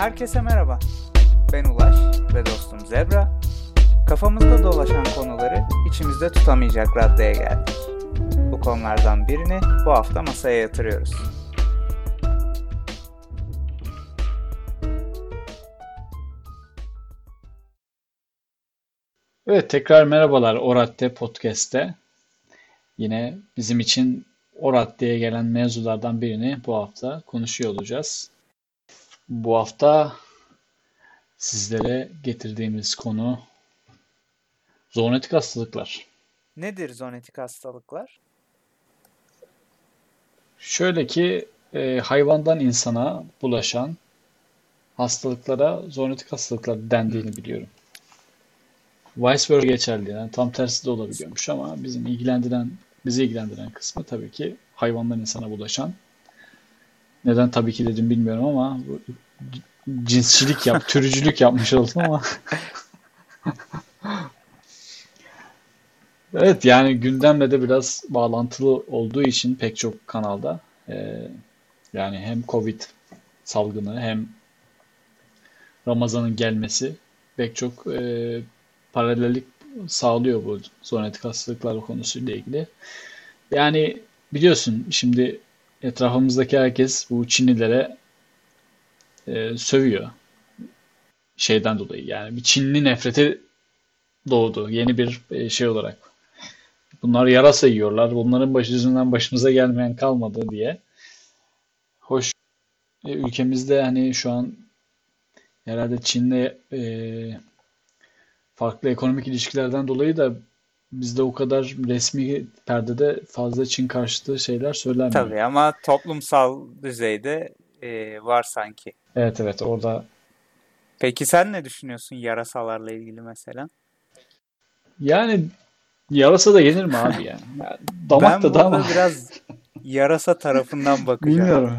Herkese merhaba. Ben Ulaş ve dostum Zebra. Kafamızda dolaşan konuları içimizde tutamayacak raddeye geldik. Bu konulardan birini bu hafta masaya yatırıyoruz. Evet, tekrar merhabalar O Radde Podcast'te. Yine bizim için o raddeye gelen mevzulardan birini bu hafta konuşuyor olacağız. Bu hafta sizlere getirdiğimiz konu zoonotik hastalıklar. Nedir zoonotik hastalıklar? Şöyle ki hayvandan insana bulaşan hastalıklara zoonotik hastalıklar dendiğini biliyorum. Vice versa geçerli, yani tam tersi de olabiliyormuş ama bizi ilgilendiren kısmı tabii ki hayvandan insana bulaşan. Neden tabii ki dedim bilmiyorum ama türcülük yapmış oldum ama evet, yani gündemle de biraz bağlantılı olduğu için pek çok kanalda yani hem Covid salgını hem Ramazan'ın gelmesi pek çok paralellik sağlıyor bu zoonotik hastalıklar konusuyla ilgili. Yani biliyorsun şimdi etrafımızdaki herkes bu Çinlilere sövüyor şeyden dolayı. Yani bir Çinli nefreti doğdu yeni bir şey olarak. Bunlar yarasa yiyorlar. Bunların yüzünden başımıza gelmeyen kalmadı diye. Hoş, ülkemizde hani şu an herhalde Çin'le farklı ekonomik ilişkilerden dolayı da bizde o kadar resmi perdede fazla Çin karşıtı şeyler söylenmiyor. Tabii ama toplumsal düzeyde var sanki. Evet, orada Peki sen ne düşünüyorsun yarasalarla ilgili mesela? yani yarasa da yenir mi abi ya? Yani damak Ben tadı ama burada biraz yarasa tarafından bakacağım. bilmiyorum.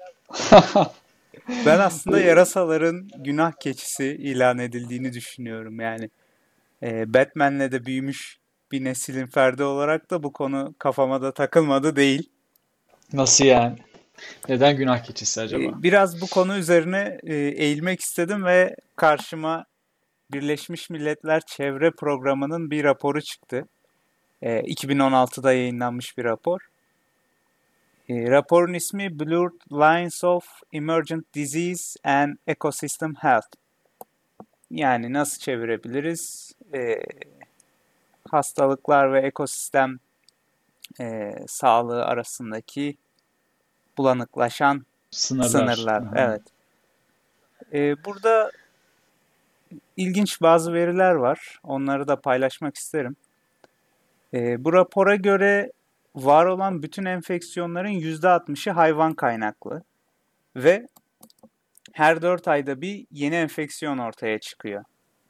Ben aslında yarasaların günah keçisi ilan edildiğini düşünüyorum. Yani Batman'le de büyümüş bir neslin ferdi olarak da bu konu kafama da takılmadı değil. Nasıl yani? Neden günah keçisi acaba? Biraz bu konu üzerine eğilmek istedim ve karşıma Birleşmiş Milletler Çevre Programı'nın bir raporu çıktı. 2016'da yayınlanmış bir rapor. Raporun ismi Blurred Lines of Emergent Disease and Ecosystem Health. Yani nasıl çevirebiliriz? Hastalıklar ve ekosistem sağlığı arasındaki bulanıklaşan Sınırlar. sınırlar. Aha. Evet. Burada ilginç bazı veriler var. Onları da paylaşmak isterim. Bu rapora göre var olan bütün enfeksiyonların %60'ı hayvan kaynaklı ve her 4 ayda bir yeni enfeksiyon ortaya çıkıyor.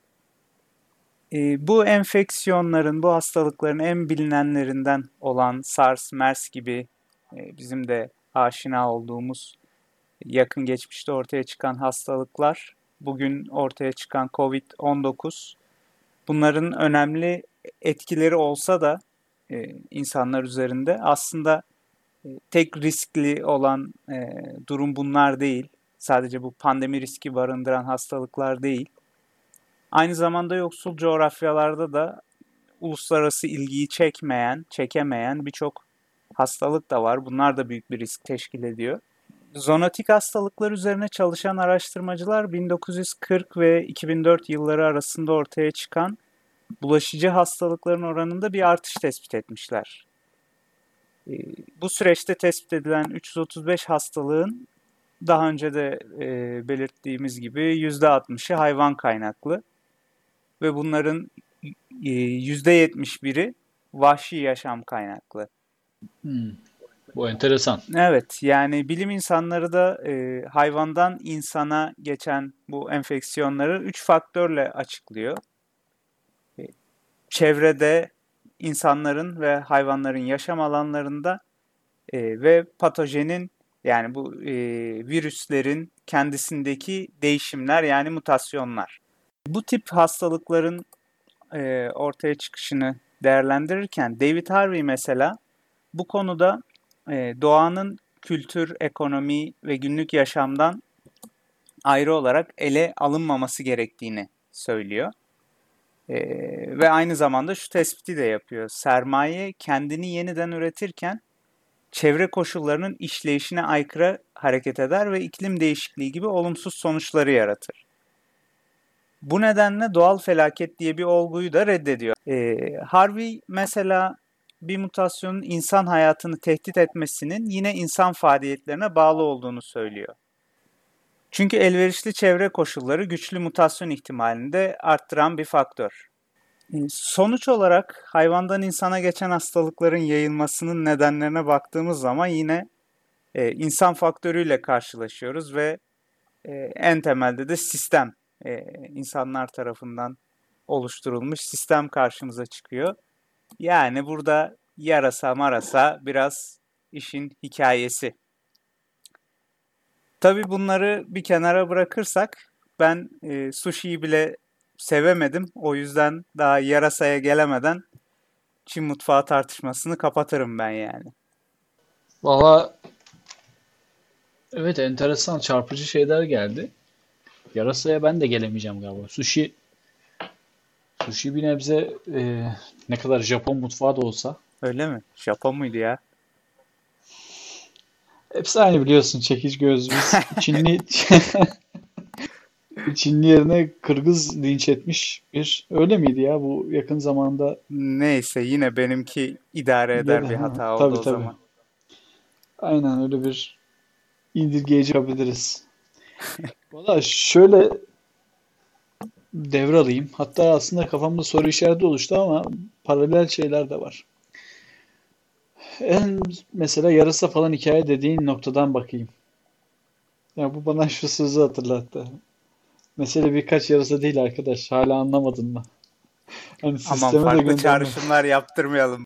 Bu enfeksiyonların, bu hastalıkların en bilinenlerinden olan SARS, MERS gibi bizim de aşina olduğumuz yakın geçmişte ortaya çıkan hastalıklar, bugün ortaya çıkan COVID-19, bunların önemli etkileri olsa da insanlar üzerinde aslında tek riskli olan durum bunlar değil. Sadece bu pandemi riski barındıran hastalıklar değil. Aynı zamanda yoksul coğrafyalarda da uluslararası ilgiyi çekemeyen birçok hastalık da var. Bunlar da büyük bir risk teşkil ediyor. Zoonotik hastalıklar üzerine çalışan araştırmacılar 1940 ve 2004 yılları arasında ortaya çıkan bulaşıcı hastalıkların oranında bir artış tespit etmişler. Bu süreçte tespit edilen 335 hastalığın daha önce de belirttiğimiz gibi %60'ı hayvan kaynaklı ve bunların %71'i vahşi yaşam kaynaklı. Hmm, bu enteresan. Evet, yani bilim insanları da hayvandan insana geçen bu enfeksiyonları 3 faktörle açıklıyor. Çevrede, insanların ve hayvanların yaşam alanlarında ve patojenin yani bu virüslerin kendisindeki değişimler yani mutasyonlar. Bu tip hastalıkların ortaya çıkışını değerlendirirken David Harvey mesela bu konuda doğanın kültür, ekonomi ve günlük yaşamdan ayrı olarak ele alınmaması gerektiğini söylüyor. Ve aynı zamanda şu tespiti de yapıyor. Sermaye kendini yeniden üretirken çevre koşullarının işleyişine aykırı hareket eder ve iklim değişikliği gibi olumsuz sonuçları yaratır. Bu nedenle doğal felaket diye bir olguyu da reddediyor. Harvey mesela bir mutasyonun insan hayatını tehdit etmesinin yine insan faaliyetlerine bağlı olduğunu söylüyor. Çünkü elverişli çevre koşulları güçlü mutasyon ihtimalini de arttıran bir faktör. Sonuç olarak hayvandan insana geçen hastalıkların yayılmasının nedenlerine baktığımız zaman yine insan faktörüyle karşılaşıyoruz ve en temelde de sistem, insanlar tarafından oluşturulmuş sistem karşımıza çıkıyor. Yani burada yarasa marasa biraz işin hikayesi. Tabii bunları bir kenara bırakırsak ben sushi'yi bile sevemedim. O yüzden daha yarasaya gelemeden Çin mutfağı tartışmasını kapatırım ben yani. Valla evet, enteresan çarpıcı şeyler geldi. Yarasaya ben de gelemeyeceğim galiba. Sushi bir nebze ne kadar Japon mutfağı da olsa. Öyle mi? Japon muydu ya? Hepsi aynı biliyorsun. Çekiç göz. Biz Çinli yerine Kırgız linç etmiş bir. Öyle miydi ya bu yakın zamanda? Neyse yine benimki idare eder bir hata oldu Tabii o tabii. zaman. Aynen öyle bir indirgeyici yapabiliriz. Valla şöyle devralayım. Hatta aslında kafamda soru işareti oluştu ama paralel şeyler de var. En mesela yarasa falan hikaye dediğin noktadan bakayım. Ya bu bana şu sözü hatırlattı. Mesele birkaç yarasa değil arkadaş. Hala anlamadın mı? Hani Aman sisteme de farklı gönderme. çağrışımlar yaptırmayalım.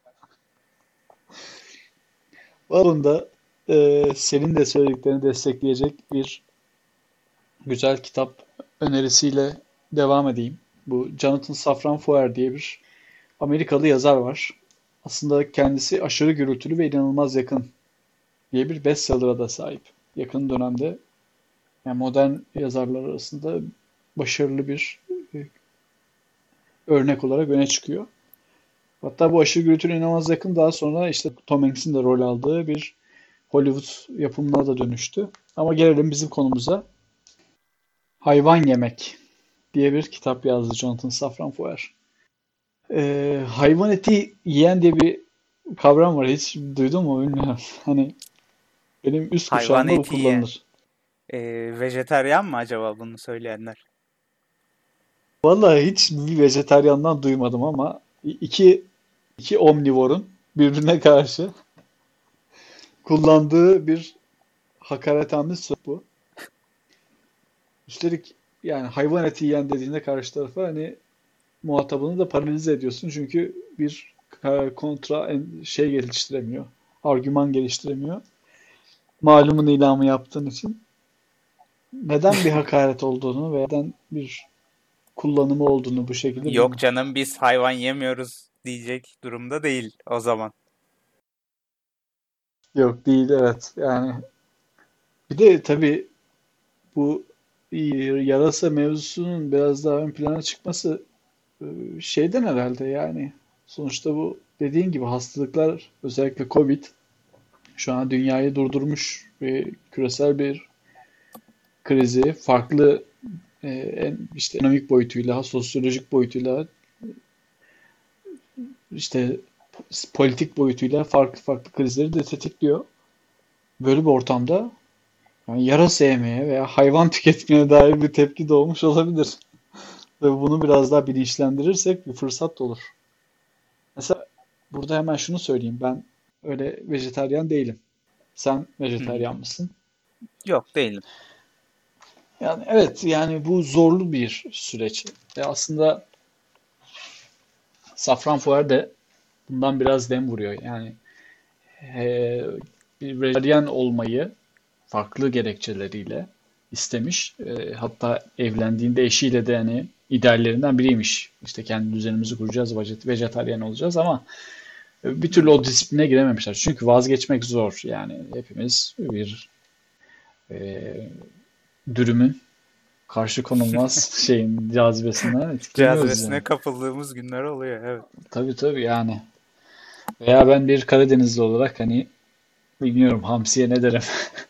Varın da senin de söylediklerini destekleyecek bir güzel kitap önerisiyle devam edeyim. Bu Jonathan Safran Foer diye bir Amerikalı yazar var. Aslında kendisi Aşırı Gürültülü ve İnanılmaz Yakın diye bir bestseller'a da sahip. Yakın dönemde yani modern yazarlar arasında başarılı bir e, örnek olarak öne çıkıyor. Hatta bu Aşırı Gürültülü İnanılmaz Yakın daha sonra işte Tom Hanks'in de rol aldığı bir Hollywood yapımına da dönüştü. Ama gelelim bizim konumuza. Hayvan Yemek diye bir kitap yazdı Jonathan Safran Foer. Hayvan eti yiyen diye bir kavram var. Hiç duydun mu bilmiyorum. Hani benim üst Hayvan kuşağımda bu eti yiyen. kullanılır. Vejeteryan mı acaba bunu söyleyenler? Vallahi hiç bir vejetaryandan duymadım ama iki omnivorun birbirine karşı kullandığı bir hakaretamiz söz bu. Üstelik yani hayvan eti yiyen dediğinde karşı tarafa hani muhatabını da paralize ediyorsun. Çünkü bir şey geliştiremiyor. Argüman geliştiremiyor. Malumun ilamı yaptığın için. Neden bir hakaret olduğunu veya neden bir kullanımı olduğunu bu şekilde Yok bilmem. canım biz hayvan yemiyoruz diyecek durumda değil o zaman. Yok değil, evet. Yani bir de tabii bu yarasa mevzusunun biraz daha ön plana çıkması e, şeyden herhalde yani. Sonuçta bu dediğin gibi hastalıklar özellikle Covid şu an dünyayı durdurmuş ve küresel bir krizi farklı işte ekonomik boyutuyla, sosyolojik boyutuyla, işte politik boyutuyla farklı farklı krizleri de tetikliyor. Böyle bir ortamda yani yarasa yemeye veya hayvan tüketmeye dair bir tepki doğmuş olabilir. Ve bunu biraz daha bilinçlendirirsek bir fırsat da olur. Mesela burada hemen şunu söyleyeyim. Ben öyle vejetaryen değilim. Sen Hı hı. vejetaryen mısın? Yok değilim. Yani evet, yani bu zorlu bir süreç. Aslında Safranbauer de bundan biraz dem vuruyor. Yani e, bir vejetaryen olmayı farklı gerekçeleriyle istemiş. Hatta evlendiğinde eşiyle de hani ideallerinden biriymiş. İşte kendi düzenimizi kuracağız, vejetaryen olacağız ama bir türlü o disipline girememişler. Çünkü vazgeçmek zor. Yani hepimiz bir e, dürümün karşı konulmaz şeyin cazibesinden etkileniyoruz Cazibesine yani. kapıldığımız günler oluyor. Evet. Tabii tabii yani. Veya ben bir Karadenizli olarak hani bilmiyorum hamsiye ne derim.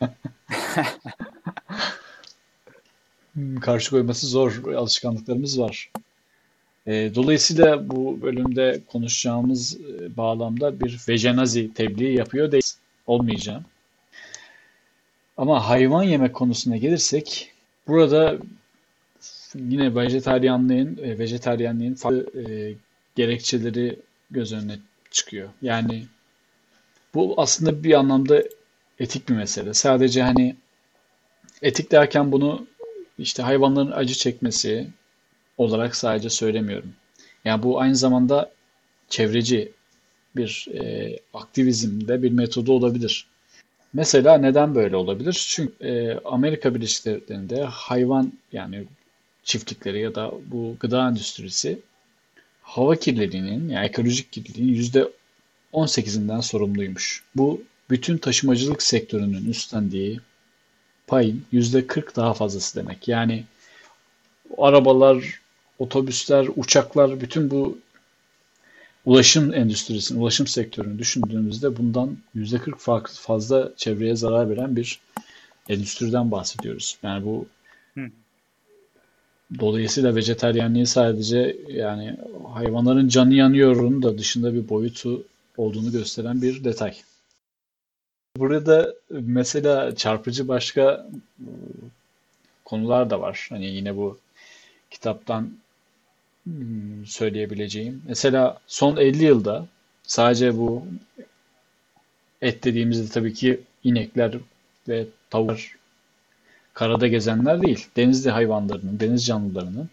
Karşı koyması zor alışkanlıklarımız var. Dolayısıyla bu bölümde konuşacağımız bağlamda bir vejenazi tebliği yapıyor değil. Olmayacağım. Ama hayvan yemek konusuna gelirsek burada yine vejetaryenliğin farklı gerekçeleri göz önüne çıkıyor. Yani bu aslında bir anlamda etik bir mesele. Sadece hani etik derken bunu işte hayvanların acı çekmesi olarak sadece söylemiyorum. Yani bu aynı zamanda çevreci bir aktivizmde bir metodu olabilir. Mesela neden böyle olabilir? Çünkü Amerika Birleşik Devletleri'nde hayvan yani çiftlikleri ya da bu gıda endüstrisi hava kirliliğinin yani ekolojik kirliliğin %18'inden sorumluymuş. Bu bütün taşımacılık sektörünün üstlendiği payın %40 daha fazlası demek. Yani arabalar, otobüsler, uçaklar bütün bu ulaşım endüstrisini, ulaşım sektörünü düşündüğümüzde bundan %40 fazla çevreye zarar veren bir endüstriden bahsediyoruz. Yani bu Hı. dolayısıyla vejetaryenliği sadece yani hayvanların canı yanıyorun da dışında bir boyutu olduğunu gösteren bir detay. Burada mesela çarpıcı başka konular da var. Hani yine bu kitaptan söyleyebileceğim. Mesela son 50 yılda sadece bu et dediğimizde tabii ki inekler ve tavuklar karada gezenler değil. Denizli hayvanlarının, deniz canlılarının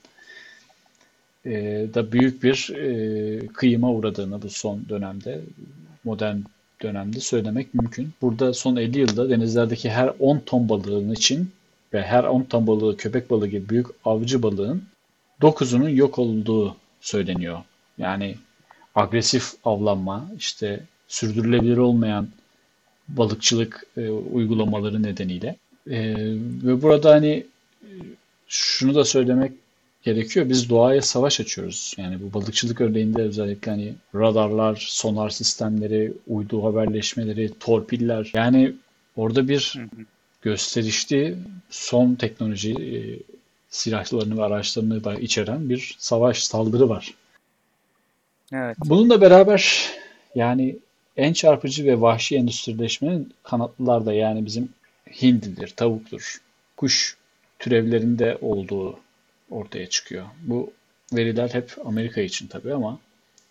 da büyük bir kıyıma uğradığını bu son dönemde, modern dönemde söylemek mümkün. Burada son 50 yılda denizlerdeki her 10 ton balığın için ve her 10 ton balığı köpek balığı gibi büyük avcı balığın 9'unun yok olduğu söyleniyor. Yani agresif avlanma, işte sürdürülebilir olmayan balıkçılık uygulamaları nedeniyle. Ve burada hani şunu da söylemek gerekiyor. Biz doğaya savaş açıyoruz. Yani bu balıkçılık örneğinde özellikle hani radarlar, sonar sistemleri, uydu haberleşmeleri, torpiller. Yani orada Hı bir hı. gösterişli son teknoloji silahlarını ve araçlarını da içeren bir savaş, saldırı var. Evet. Bununla beraber yani en çarpıcı ve vahşi endüstrileşmenin kanatlılar da yani bizim hindidir, tavuktur, kuş türevlerinde olduğu ortaya çıkıyor. Bu veriler hep Amerika için tabii ama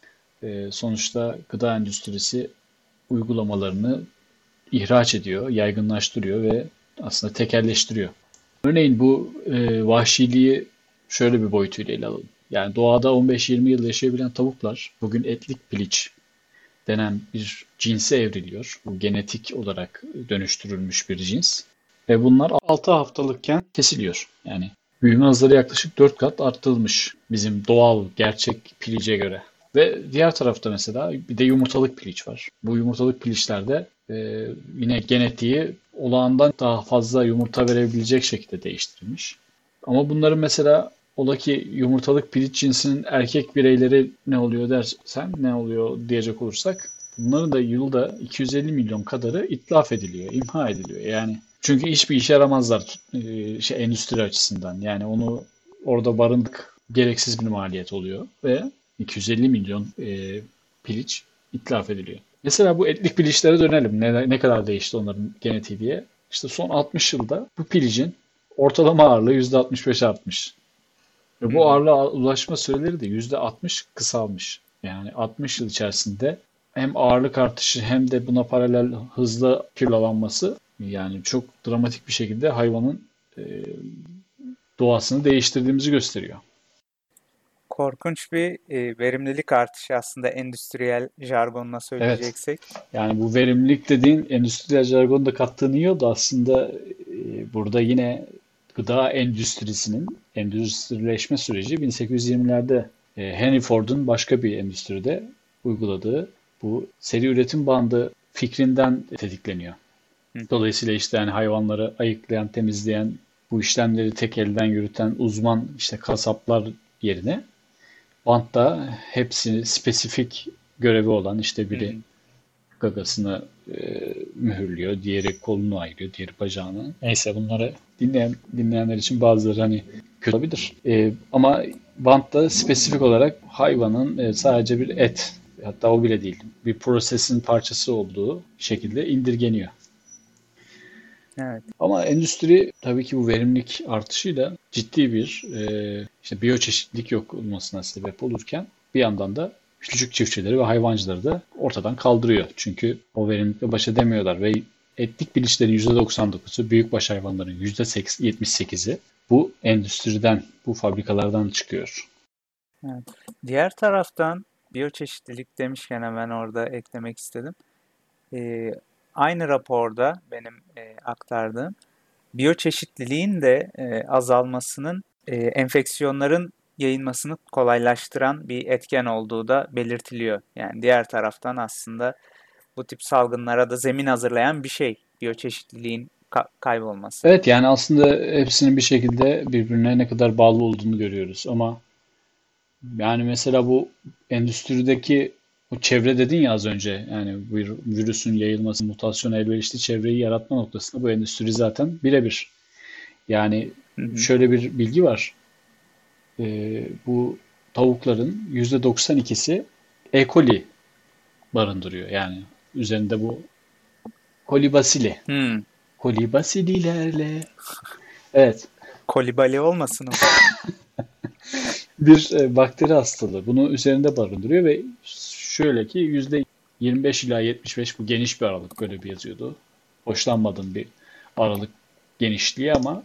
sonuçta gıda endüstrisi uygulamalarını ihraç ediyor, yaygınlaştırıyor ve aslında tekelleştiriyor. Örneğin bu vahşiliği şöyle bir boyutuyla ele alalım. Yani doğada 15-20 yıl yaşayabilen tavuklar bugün etlik piliç denen bir cinse evriliyor. Bu genetik olarak dönüştürülmüş bir cins. Ve bunlar 6 haftalıkken kesiliyor. Yani büyüme hızları yaklaşık 4 kat arttırılmış bizim doğal gerçek pilice göre. Ve diğer tarafta mesela bir de yumurtalık piliç var. Bu yumurtalık piliçlerde yine genetiği olağandan daha fazla yumurta verebilecek şekilde değiştirilmiş. Ama bunların mesela ola ki yumurtalık piliç cinsinin erkek bireyleri ne oluyor dersen ne oluyor diyecek olursak bunların da yılda 250 milyon kadarı itlaf ediliyor, imha ediliyor. Yani çünkü hiçbir işe yaramazlar endüstri açısından. Yani onu orada barındık gereksiz bir maliyet oluyor ve 250 milyon piliç itlaf ediliyor. Mesela bu etlik piliçlere dönelim. Ne kadar değişti onların genetiği diye. İşte son 60 yılda bu pilicin ortalama ağırlığı %65 artmış. Ve Hı bu hı. ağırlığa ulaşma süreleri de %60 kısalmış. Yani 60 yıl içerisinde hem ağırlık artışı hem de buna paralel hızlı kilolanması yani çok dramatik bir şekilde hayvanın e, doğasını değiştirdiğimizi gösteriyor. Korkunç bir verimlilik artışı aslında endüstriyel jargonla Evet. söyleyeceksek. Yani bu verimlilik dediğin endüstriyel jargonu da kattığın iyi oldu. Aslında burada yine gıda endüstrisinin endüstrileşme süreci 1820'lerde Henry Ford'un başka bir endüstride uyguladığı bu seri üretim bandı fikrinden tetikleniyor. Hı hı. Dolayısıyla işte yani hayvanları ayıklayan, temizleyen bu işlemleri tek elden yürüten uzman işte kasaplar yerine bantta hepsini spesifik görevi olan işte Hı biri hı. gagasını mühürlüyor, diğeri kolunu ayırıyor, diğeri bacağını. Neyse bunları dinleyenler için bazıları hani kötü olabilir. Ama bantta spesifik olarak hayvanın sadece bir et, hatta o bile değil, bir prosesin parçası olduğu şekilde indirgeniyor. Evet. Ama endüstri tabii ki bu verimlilik artışıyla ciddi bir işte biyoçeşitlilik yok olmasına sebep olurken bir yandan da küçük çiftçileri ve hayvancıları da ortadan kaldırıyor. Çünkü o verimlilikle baş edemiyorlar ve etlik bilinçlerin %99'u, büyükbaş hayvanların %78'i bu endüstriden, bu fabrikalardan çıkıyor. Evet. Diğer taraftan biyoçeşitlilik demişken hemen orada eklemek istedim. Ee, Aynı raporda benim aktardığım biyoçeşitliliğin de azalmasının enfeksiyonların yayılmasını kolaylaştıran bir etken olduğu da belirtiliyor. Yani diğer taraftan aslında bu tip salgınlara da zemin hazırlayan bir şey biyoçeşitliliğin kaybolması. Evet yani aslında hepsinin bir şekilde birbirine ne kadar bağlı olduğunu görüyoruz ama yani mesela bu endüstrideki o çevre dedin ya az önce yani bir virüsün yayılması, mutasyona elverişli çevreyi yaratma noktasında bu endüstri zaten birebir. Yani Hı hı. şöyle bir bilgi var. Bu tavukların %92'si E. coli barındırıyor. Yani üzerinde bu kolibasili. Hmm. Kolibasililerle. Evet. Kolibali olmasın o? Bir bakteri hastalığı. Bunu üzerinde barındırıyor ve şöyle ki %25 ila 75 bu geniş bir aralık böyle bir yazıyordu. Hoşlanmadığım bir aralık genişliği ama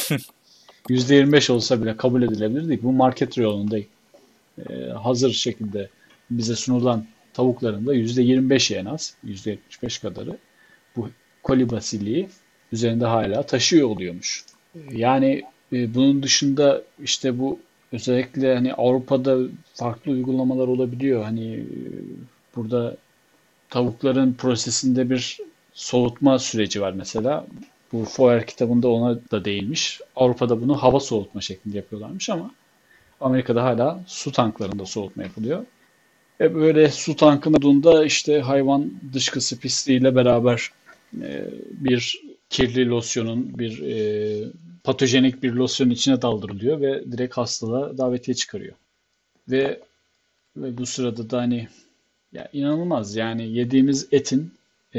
%25 olsa bile kabul edilebilir değil. Bu market reyonunda hazır şekilde bize sunulan tavukların da %25'i en az, %75 kadarı bu kolibasiliği üzerinde hala taşıyor oluyormuş. Yani bunun dışında işte bu özellikle hani Avrupa'da farklı uygulamalar olabiliyor. Hani burada tavukların prosesinde bir soğutma süreci var mesela. Bu Foer kitabında ona da değinmiş. Avrupa'da bunu hava soğutma şeklinde yapıyorlarmış ama Amerika'da hala su tanklarında soğutma yapılıyor. Böyle su tankının olduğunda işte hayvan dışkısı pisliğiyle beraber bir kirli losyonun bir patojenik bir losyonun içine daldırılıyor ve direkt hastalığa davetiye çıkarıyor. Ve, ve bu sırada da hani ya inanılmaz yani yediğimiz etin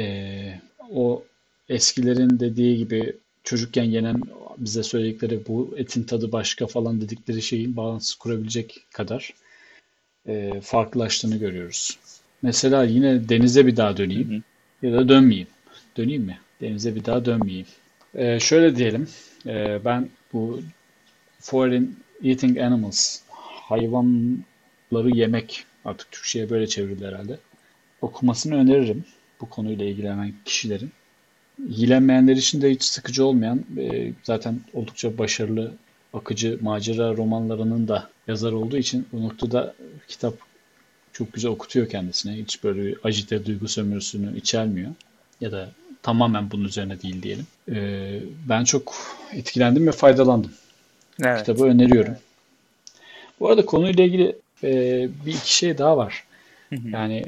o eskilerin dediği gibi çocukken yenen bize söyledikleri bu etin tadı başka falan dedikleri şeyin bağlantısı kurabilecek kadar farklılaştığını görüyoruz. Mesela yine denize bir daha Hı döneyim hı. ya da dönmeyeyim. Döneyim mi? Denize bir daha dönmeyeyim. Şöyle diyelim, ben bu Foreign Eating Animals, hayvanları yemek, artık Türkçe'ye böyle çevrildi herhalde. Okumasını öneririm bu konuyla ilgilenen kişilerin. İlgilenmeyenler için de hiç sıkıcı olmayan, zaten oldukça başarılı, akıcı macera romanlarının da yazar olduğu için bu noktada kitap çok güzel okutuyor kendisine. Hiç böyle bir ajite duygu sömürüsünü içermiyor. Ya da tamamen bunun üzerine değil diyelim. Ben çok etkilendim ve faydalandım. Bu kitabı Evet. öneriyorum. Bu arada konuyla ilgili bir iki şey daha var. Hı hı. Yani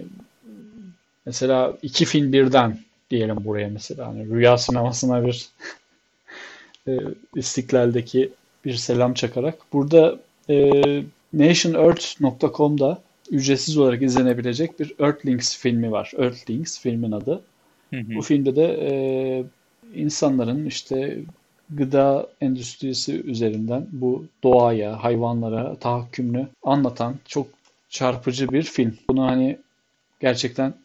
mesela iki film birden diyelim buraya mesela. Hani Rüya sinemasına bir e, İstiklal'deki bir selam çakarak. Burada nationearth.com'da ücretsiz olarak izlenebilecek bir Earthlings filmi var. Earthlings filmin adı. Hı Bu hı. filmde de insanların işte gıda endüstrisi üzerinden bu doğaya, hayvanlara tahakkümünü anlatan çok çarpıcı bir film. Bunu hani gerçekten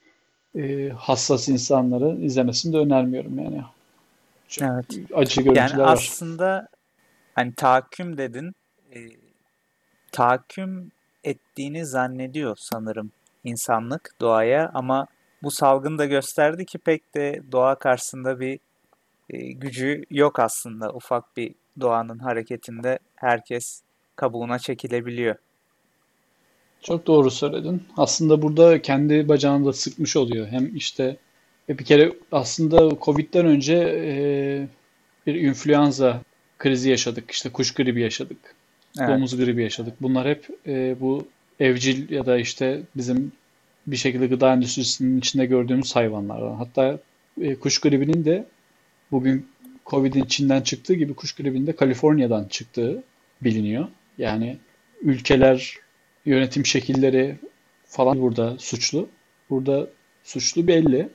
hassas insanların izlemesini de önermiyorum yani. Çok Evet. acı Yani görüntüler var. aslında hani tahakküm dedin. E, Tahakküm ettiğini zannediyor sanırım insanlık doğaya ama bu salgın da gösterdi ki pek de doğa karşısında bir gücü yok aslında. Ufak bir doğanın hareketinde herkes kabuğuna çekilebiliyor. Çok doğru söyledin. Aslında burada kendi bacağını da sıkmış oluyor. Hem işte bir kere aslında Covid'den önce bir influenza krizi yaşadık. İşte kuş gribi yaşadık. Evet. Domuz gribi yaşadık. Bunlar hep bu evcil ya da işte bizim bir şekilde gıda endüstrisinin içinde gördüğümüz hayvanlardan. Hatta kuş gribinin de bugün Covid'in Çin'den çıktığı gibi kuş gribinin de Kaliforniya'dan çıktığı biliniyor. Yani ülkeler, yönetim şekilleri falan burada suçlu. Burada suçlu belli.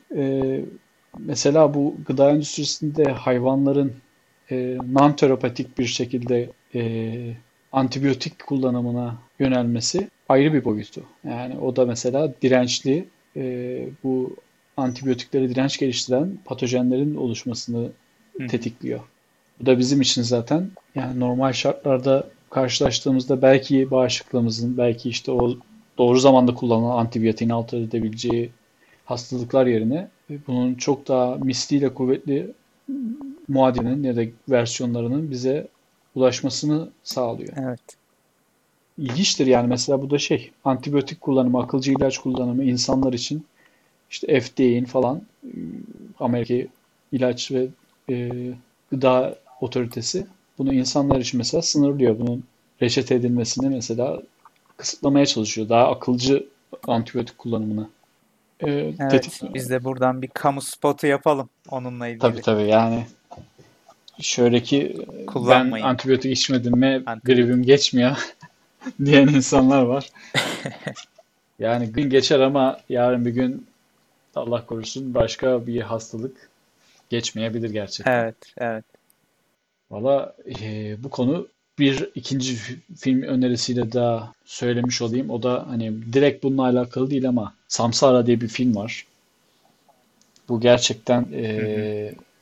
Mesela bu gıda endüstrisinde hayvanların non-terapatik bir şekilde antibiyotik kullanımına yönelmesi ayrı bir boyutu. Yani o da mesela dirençli bu antibiyotiklere direnç geliştiren patojenlerin oluşmasını Hı hı. tetikliyor. Bu da bizim için zaten yani normal şartlarda karşılaştığımızda belki bağışıklığımızın, belki işte o doğru zamanda kullanılan antibiyotiğin alt edebileceği hastalıklar yerine bunun çok daha misliyle kuvvetli muadilinin ya da versiyonlarının bize ulaşmasını sağlıyor. Evet. İlginçtir yani mesela bu da antibiyotik kullanımı, akılcı ilaç kullanımı insanlar için işte FDA'in falan Amerika ilaç ve e, gıda otoritesi bunu insanlar için mesela sınırlıyor. Bunun reçete edilmesini mesela kısıtlamaya çalışıyor. Daha akılcı antibiyotik kullanımını Evet. tetikliyor. Biz de buradan bir kamu spotu yapalım onunla Tabii ilgili. tabii yani şöyle ki ben Kullanmayın antibiyotik içmedim mi gribim antibiyotik. geçmiyor diyen insanlar var. Yani gün geçer ama yarın bir gün Allah korusun başka bir hastalık geçmeyebilir gerçekten. Evet. Evet. Valla bu konu bir ikinci film önerisiyle daha söylemiş olayım. O da hani direkt bununla alakalı değil ama Samsara diye bir film var. Bu gerçekten Hı hı.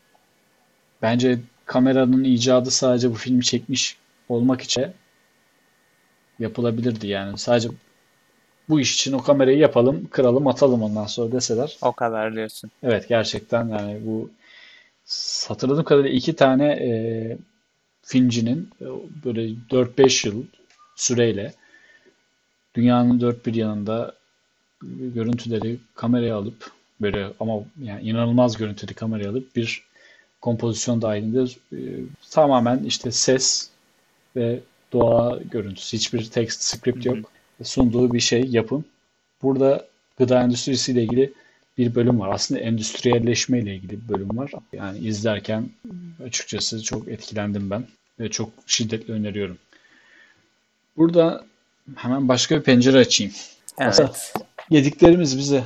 bence kameranın icadı sadece bu filmi çekmiş olmak için yapılabilirdi yani. Sadece bu iş için o kamerayı yapalım, kıralım, atalım ondan sonra deseler. O kadar diyorsun. Evet gerçekten yani bu hatırladığım kadarıyla iki tane filmcinin böyle 4-5 yıl süreyle dünyanın dört bir yanında görüntüleri kameraya alıp böyle ama yani inanılmaz görüntülü kameraya alıp bir kompozisyon dahilinde tamamen işte ses ve doğa görüntüsü hiçbir text Hı script hı. yok sunduğu bir yapım. Burada gıda endüstrisiyle ilgili bir bölüm var. Aslında endüstriyelleşme ile ilgili bir bölüm var. Yani izlerken açıkçası çok etkilendim ben ve çok şiddetle öneriyorum. Burada hemen başka bir pencere açayım. Aslında Evet. yediklerimiz bize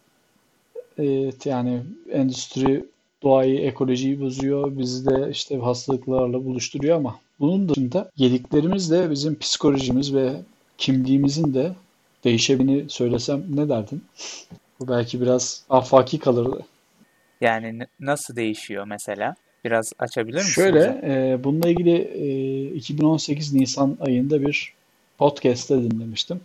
yani endüstri doğayı, ekolojiyi bozuyor. Bizi de işte hastalıklarla buluşturuyor ama bunun dışında yediklerimiz de bizim psikolojimiz ve kimliğimizin de değişebileceğini söylesem ne derdin? Bu belki biraz afaki kalırdı. Yani nasıl değişiyor mesela? Biraz açabilir misin bize? Şöyle, bununla ilgili 2018 Nisan ayında bir podcast'te dinlemiştim.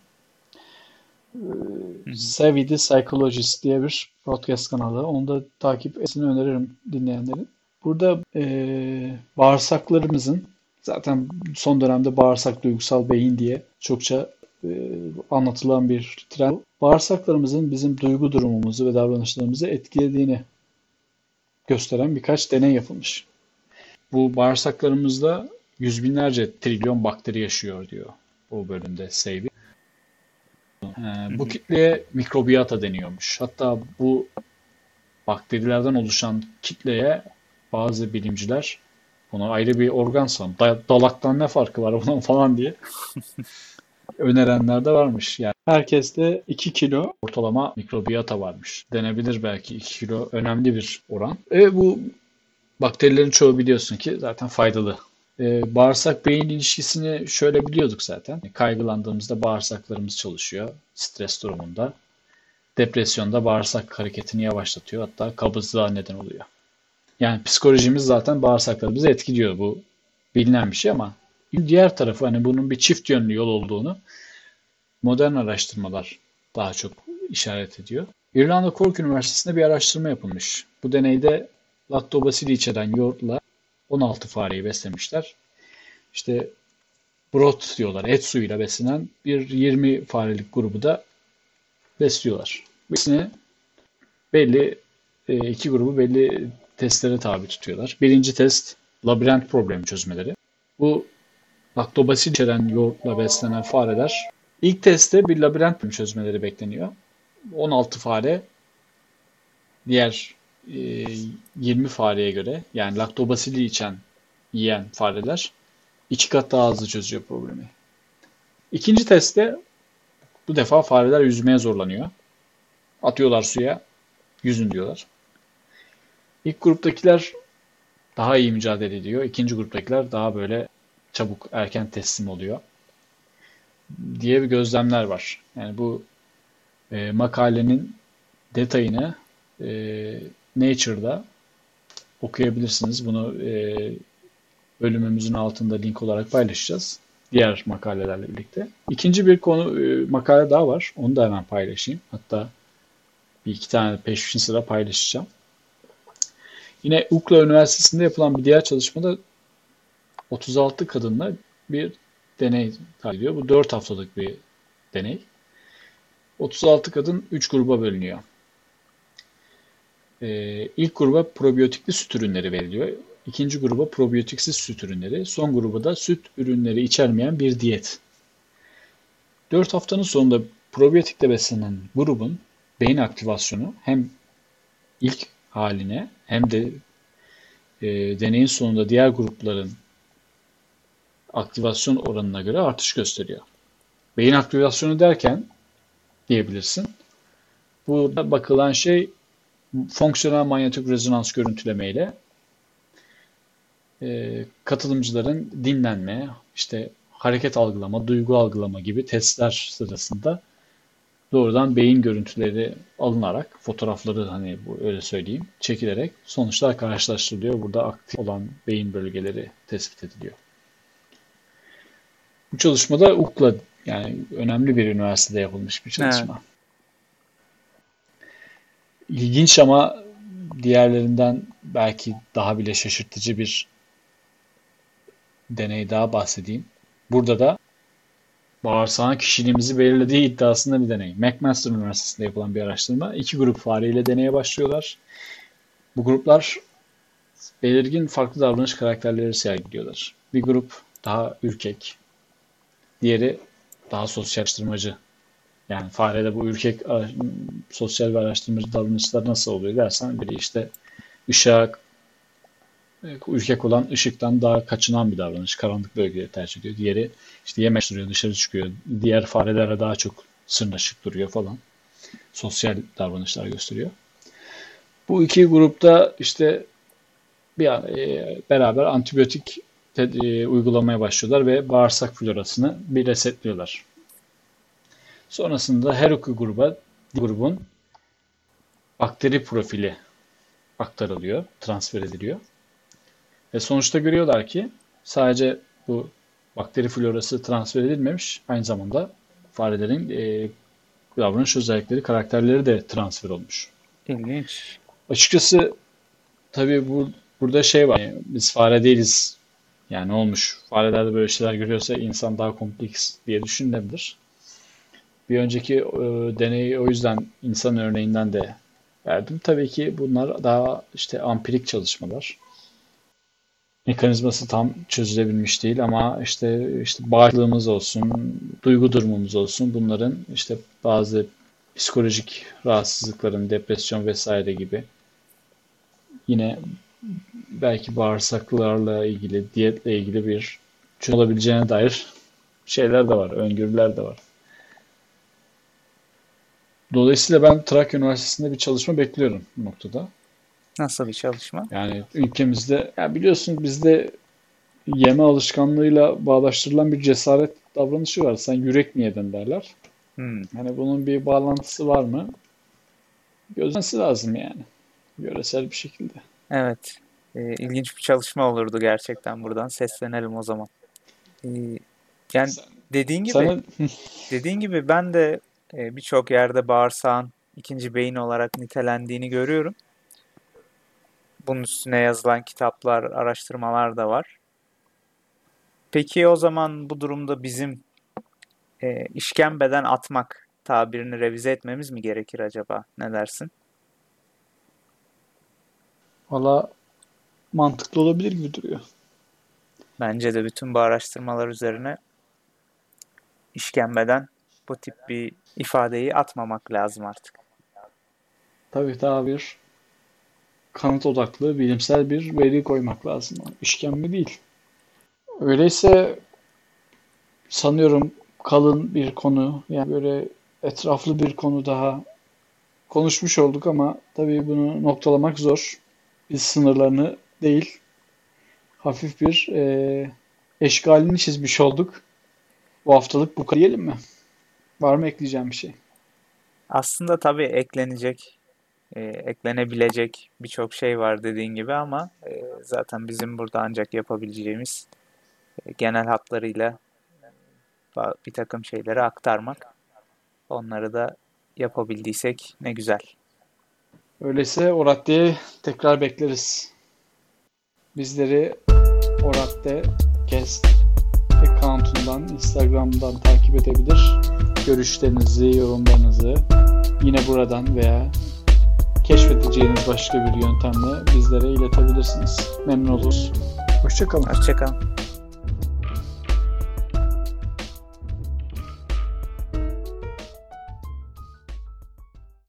Hı hı. Savvy the Psychologist diye bir podcast kanalı. Onu da takip etmesini öneririm dinleyenlerin. Burada bağırsaklarımızın zaten son dönemde bağırsak duygusal beyin diye çokça anlatılan bir trend. Bağırsaklarımızın bizim duygu durumumuzu ve davranışlarımızı etkilediğini gösteren birkaç deney yapılmış. Bu bağırsaklarımızda yüz binlerce trilyon bakteri yaşıyor diyor o bölümde Savvy. Hı Bu hı. kitleye mikrobiyata deniyormuş. Hatta bu bakterilerden oluşan kitleye bazı bilimciler buna ayrı bir organ san. Dalaktan ne farkı var bunun falan diye önerenler de varmış. Yani herkeste 2 kilo ortalama mikrobiyata varmış. Denebilir belki 2 kilo önemli bir oran. Bu bakterilerin çoğu biliyorsun ki zaten faydalı. Bağırsak beyin ilişkisini şöyle biliyorduk zaten. Kaygılandığımızda bağırsaklarımız çalışıyor stres durumunda. Depresyonda bağırsak hareketini yavaşlatıyor. Hatta kabızlığa neden oluyor. Yani psikolojimiz zaten bağırsaklarımızı etkiliyor. Bu bilinen bir şey ama diğer tarafı hani bunun bir çift yönlü yol olduğunu modern araştırmalar daha çok işaret ediyor. İrlanda Cork Üniversitesi'nde bir araştırma yapılmış. Bu deneyde laktobasili içeren yoğurtla 16 fareyi beslemişler. İşte broth diyorlar, et suyuyla beslenen bir 20 farelik grubu da besliyorlar. Bu ikisini belli iki grubu belli testlere tabi tutuyorlar. Birinci test labirent problemi çözmeleri. Bu laktobasil içeren yoğurtla beslenen fareler ilk testte bir labirent çözmeleri bekleniyor. 16 fare diğer e, 20 fareye göre, yani laktobasili yiyen fareler 2 kat daha hızlı çözüyor problemi. İkinci testte bu defa fareler yüzmeye zorlanıyor. Atıyorlar suya, yüzün diyorlar. İlk gruptakiler daha iyi mücadele ediyor. İkinci gruptakiler daha böyle çabuk, erken teslim oluyor diye bir gözlemler var. Yani bu makalenin detayını e, Nature'da okuyabilirsiniz. Bunu bölümümüzün altında link olarak paylaşacağız. Diğer makalelerle birlikte. İkinci bir konu, makale daha var. Onu da hemen paylaşayım. Hatta bir iki tane peşin sıra paylaşacağım. Yine UCLA Üniversitesi'nde yapılan bir diğer çalışmada 36 kadınla bir deney takip ediyor. Bu 4 haftalık bir deney. 36 kadın 3 gruba bölünüyor. İlk gruba probiyotikli süt ürünleri veriliyor. İkinci gruba probiyotiksiz süt ürünleri. Son gruba da süt ürünleri içermeyen bir diyet. 4 haftanın sonunda probiyotikle beslenen grubun beyin aktivasyonu hem ilk haline hem de deneyin sonunda diğer grupların aktivasyon oranına göre artış gösteriyor. Beyin aktivasyonu derken diyebilirsin. Burada bakılan şey fonksiyonel manyetik rezonans görüntüleme ile katılımcıların dinlenme, işte hareket algılama, duygu algılama gibi testler sırasında doğrudan beyin görüntüleri alınarak, fotoğrafları, hani bu öyle söyleyeyim, çekilerek sonuçlar karşılaştırılıyor. Burada aktif olan beyin bölgeleri tespit ediliyor. Bu çalışmada UCLA, yani önemli bir üniversitede yapılmış bir Evet. çalışma. İlginç ama diğerlerinden belki daha bile şaşırtıcı bir deney daha bahsedeyim. Burada da bağırsağın kişiliğimizi belirlediği iddiasında bir deney. McMaster Üniversitesi'nde yapılan bir araştırma. 2 grup fareyle deneye başlıyorlar. Bu gruplar belirgin farklı davranış karakterleri sergiliyorlar. Bir grup daha ürkek, diğeri daha sosyalleştirmeci. Yani farede bu sosyal ve araştırmacı davranışlar nasıl oluyor dersen, biri işte ışığa ürkek olan, ışıktan daha kaçınan bir davranış. Karanlık bölgeleri tercih ediyor. Diğeri işte yemek duruyor, dışarı çıkıyor. Diğer farelere daha çok sırnaşık duruyor falan. Sosyal davranışlar gösteriyor. Bu iki grupta işte beraber antibiyotik uygulamaya başlıyorlar ve bağırsak florasını bir resetliyorlar. Sonrasında her iki grubun bakteri profili aktarılıyor, transfer ediliyor. Ve sonuçta görüyorlar ki sadece bu bakteri florası transfer edilmemiş, aynı zamanda farelerin davranış özellikleri, karakterleri de transfer olmuş. İlginç. Açıkçası tabii burada şey var. Yani biz fare değiliz. Yani ne olmuş? Farelerde böyle şeyler görüyorsa insan daha kompleks diye düşünülebilir. Bir önceki deneyi o yüzden insan örneğinden de verdim. Tabii ki bunlar daha işte ampirik çalışmalar. Mekanizması tam çözülebilmiş değil ama işte bağışıklığımız olsun, duygu durumumuz olsun, bunların işte bazı psikolojik rahatsızlıkların, depresyon vesaire gibi, yine belki bağırsaklarla ilgili, diyetle ilgili bir çözüm olabileceğine dair şeyler de var, öngörüler de var. Dolayısıyla ben Trakya Üniversitesi'nde bir çalışma bekliyorum bu noktada. Nasıl bir çalışma? Yani ülkemizde, ya biliyorsun, bizde yeme alışkanlığıyla bağdaştırılan bir cesaret davranışı var. Sen yürek mi yedin derler. Hmm, Hani bunun bir bağlantısı var mı? Gözlemsi lazım yani. Yöresel bir şekilde. evet. İlginç bir çalışma olurdu gerçekten, buradan seslenelim o zaman. Ee, yani Sen, dediğin gibi sana dediğin gibi ben de birçok yerde bağırsağın ikinci beyin olarak nitelendiğini görüyorum. Bunun üstüne yazılan kitaplar, araştırmalar da var. Peki o zaman bu durumda bizim işkembeden atmak tabirini revize etmemiz mi gerekir acaba? Ne dersin? valla mantıklı olabilir gibi duruyor. Bence de bütün bu araştırmalar üzerine işkembeden bu tip bir ifadeyi atmamak lazım artık. Tabii daha bir kanıt odaklı bilimsel bir veri koymak lazım. İşkembe değil. Öyleyse sanıyorum kalın bir konu, yani böyle etraflı bir konu daha konuşmuş olduk ama tabii bunu noktalamak zor. Biz sınırlarını değil, hafif bir eşgalini çizmiş olduk. Bu haftalık bu kadar diyelim mi? Var mı ekleyeceğim bir şey? Aslında tabii eklenebilecek birçok şey var dediğin gibi ama zaten bizim burada ancak yapabileceğimiz genel hatlarıyla bir takım şeyleri aktarmak. Onları da yapabildiysek ne güzel. Öyleyse o raddeye tekrar bekleriz. Bizleri o radde Cast account'undan, Instagram'dan takip edebilir. Görüşlerinizi, yorumlarınızı yine buradan veya keşfedeceğiniz başka bir yöntemle bizlere iletebilirsiniz. Memnun oluruz. Hoşça kalın. Hoşça kalın.